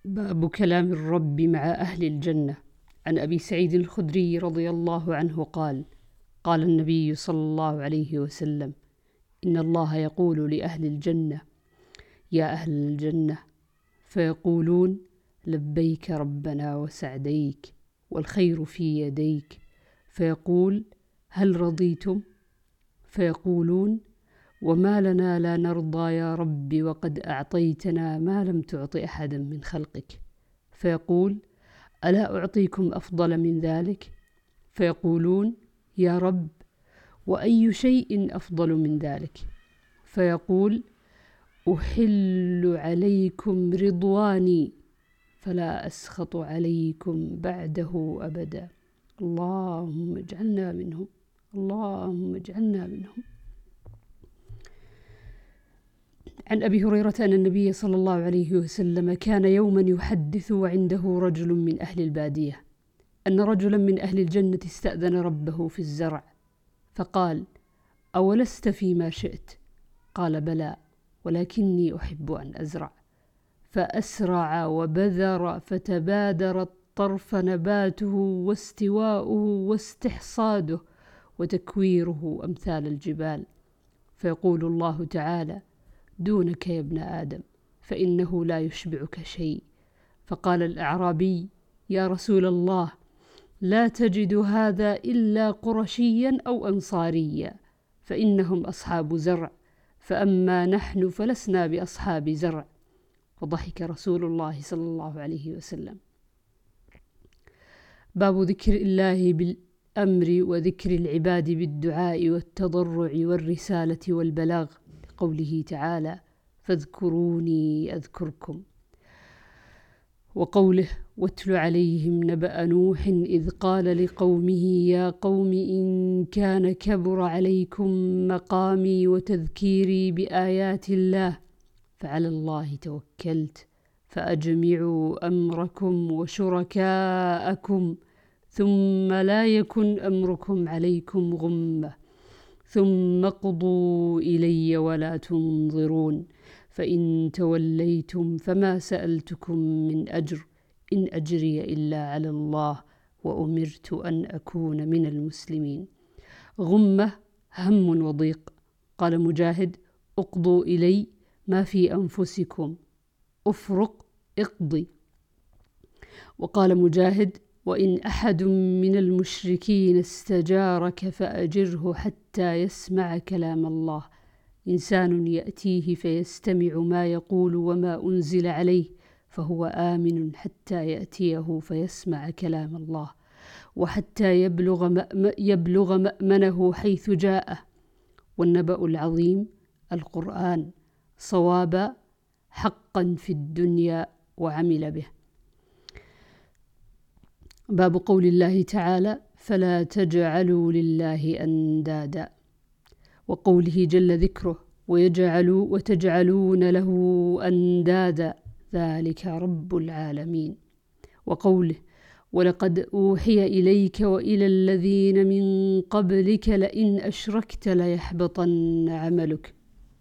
باب كلام الرب مع أهل الجنة. عن أبي سعيد الخدري رضي الله عنه قال: قال النبي صلى الله عليه وسلم: إن الله يقول لأهل الجنة: يا أهل الجنة، فيقولون: لبيك ربنا وسعديك والخير في يديك. فيقول: هل رضيتم؟ فيقولون: وما لنا لا نرضى يا رب وقد أعطيتنا ما لم تعط أحدا من خلقك. فيقول: ألا أعطيكم أفضل من ذلك؟ فيقولون: يا رب، وأي شيء أفضل من ذلك؟ فيقول: أحل عليكم رضواني فلا أسخط عليكم بعده أبدا. اللهم اجعلنا منهم، اللهم اجعلنا منهم. عن أبي هريرة أن النبي صلى الله عليه وسلم كان يوما يحدث وعنده رجل من أهل البادية أن رجلا من أهل الجنة استأذن ربه في الزرع، فقال: أولست فيما شئت؟ قال: بلى، ولكني أحب أن أزرع. فأسرع وبذر، فتبادر الطرف نباته واستواؤه واستحصاده وتكويره أمثال الجبال. فيقول الله تعالى: دونك يا ابن آدم، فإنه لا يشبعك شيء. فقال الأعرابي: يا رسول الله، لا تجد هذا إلا قرشيا أو أنصاريا، فإنهم أصحاب زرع، فأما نحن فلسنا بأصحاب زرع. فضحك رسول الله صلى الله عليه وسلم. باب ذكر الله بالأمر وذكر العباد بالدعاء والتضرع والرسالة والبلاغ، قوله تعالى: فاذكروني أذكركم. وقوله: واتل عليهم نبأ نوح إذ قال لقومه يا قوم إن كان كبر عليكم مقامي وتذكيري بآيات الله فعلى الله توكلت فأجمعوا أمركم وشركاءكم ثم لا يكن أمركم عليكم غمة ثم اقضوا إلي ولا تنظرون فإن توليتم فما سألتكم من أجر إن أجري إلا على الله وأمرت أن أكون من المسلمين. غمة هم وضيق. قال مجاهد: اقضوا إلي ما في أنفسكم، أفرق اقضي. وقال مجاهد: وإن أحد من المشركين استجارك فأجره حتى يسمع كلام الله. إنسان يأتيه فيستمع ما يقول وما أنزل عليه فهو آمن حتى يأتيه فيسمع كلام الله وحتى يبلغ مأمنه حيث جاءه. والنبأ العظيم القرآن صوابا حقا في الدنيا وعمل به. باب قول الله تعالى: فلا تجعلوا لله أندادا، وقوله جل ذكره: وتجعلون له أندادا ذلك رب العالمين. وقوله: ولقد أوحي إليك وإلى الذين من قبلك لئن أشركت ليحبطن عملك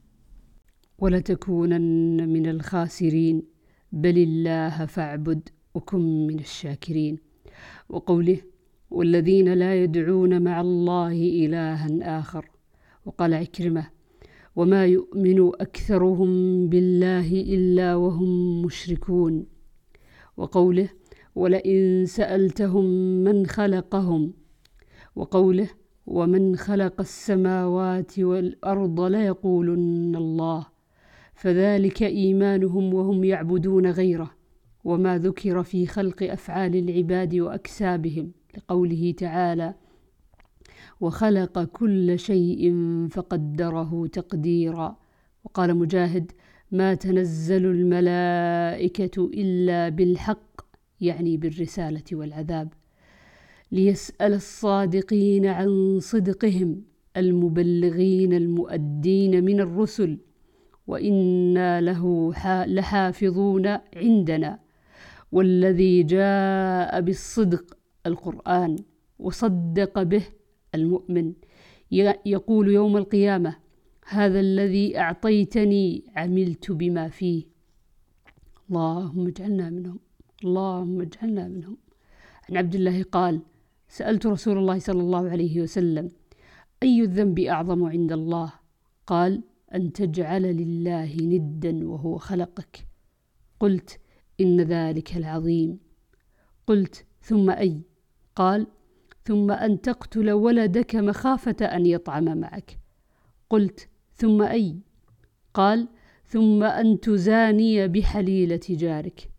ولتكونن من الخاسرين بل الله فاعبد وكن من الشاكرين. وقوله: والذين لا يدعون مع الله إلها آخر. وقال عكرمة: وما يؤمن أكثرهم بالله إلا وهم مشركون. وقوله: ولئن سألتهم من خلقهم. وقوله: ومن خلق السماوات والأرض ليقولن الله. فذلك إيمانهم وهم يعبدون غيره. وما ذكر في خلق أفعال العباد وأكسابهم، لقوله تعالى: وخلق كل شيء فقدره تقديرا. وقال مجاهد: ما تنزل الملائكة إلا بالحق، يعني بالرسالة والعذاب، ليسأل الصادقين عن صدقهم المبلغين المؤدين من الرسل وإنا له لحافظون عندنا. والذي جاء بالصدق القرآن وصدق به المؤمن يقول يوم القيامة: هذا الذي أعطيتني عملت بما فيه. اللهم اجعلنا منهم، اللهم اجعلنا منهم. عن عبد الله قال: سألت رسول الله صلى الله عليه وسلم: أي الذنب أعظم عند الله؟ قال: أن تجعل لله ندا وهو خلقك. قلت: إن ذلك العظيم. قلت: ثم أي؟ قال: ثم أن تقتل ولدك مخافة أن يطعم معك. قلت: ثم أي؟ قال: ثم أن تزاني بحليلة جارك.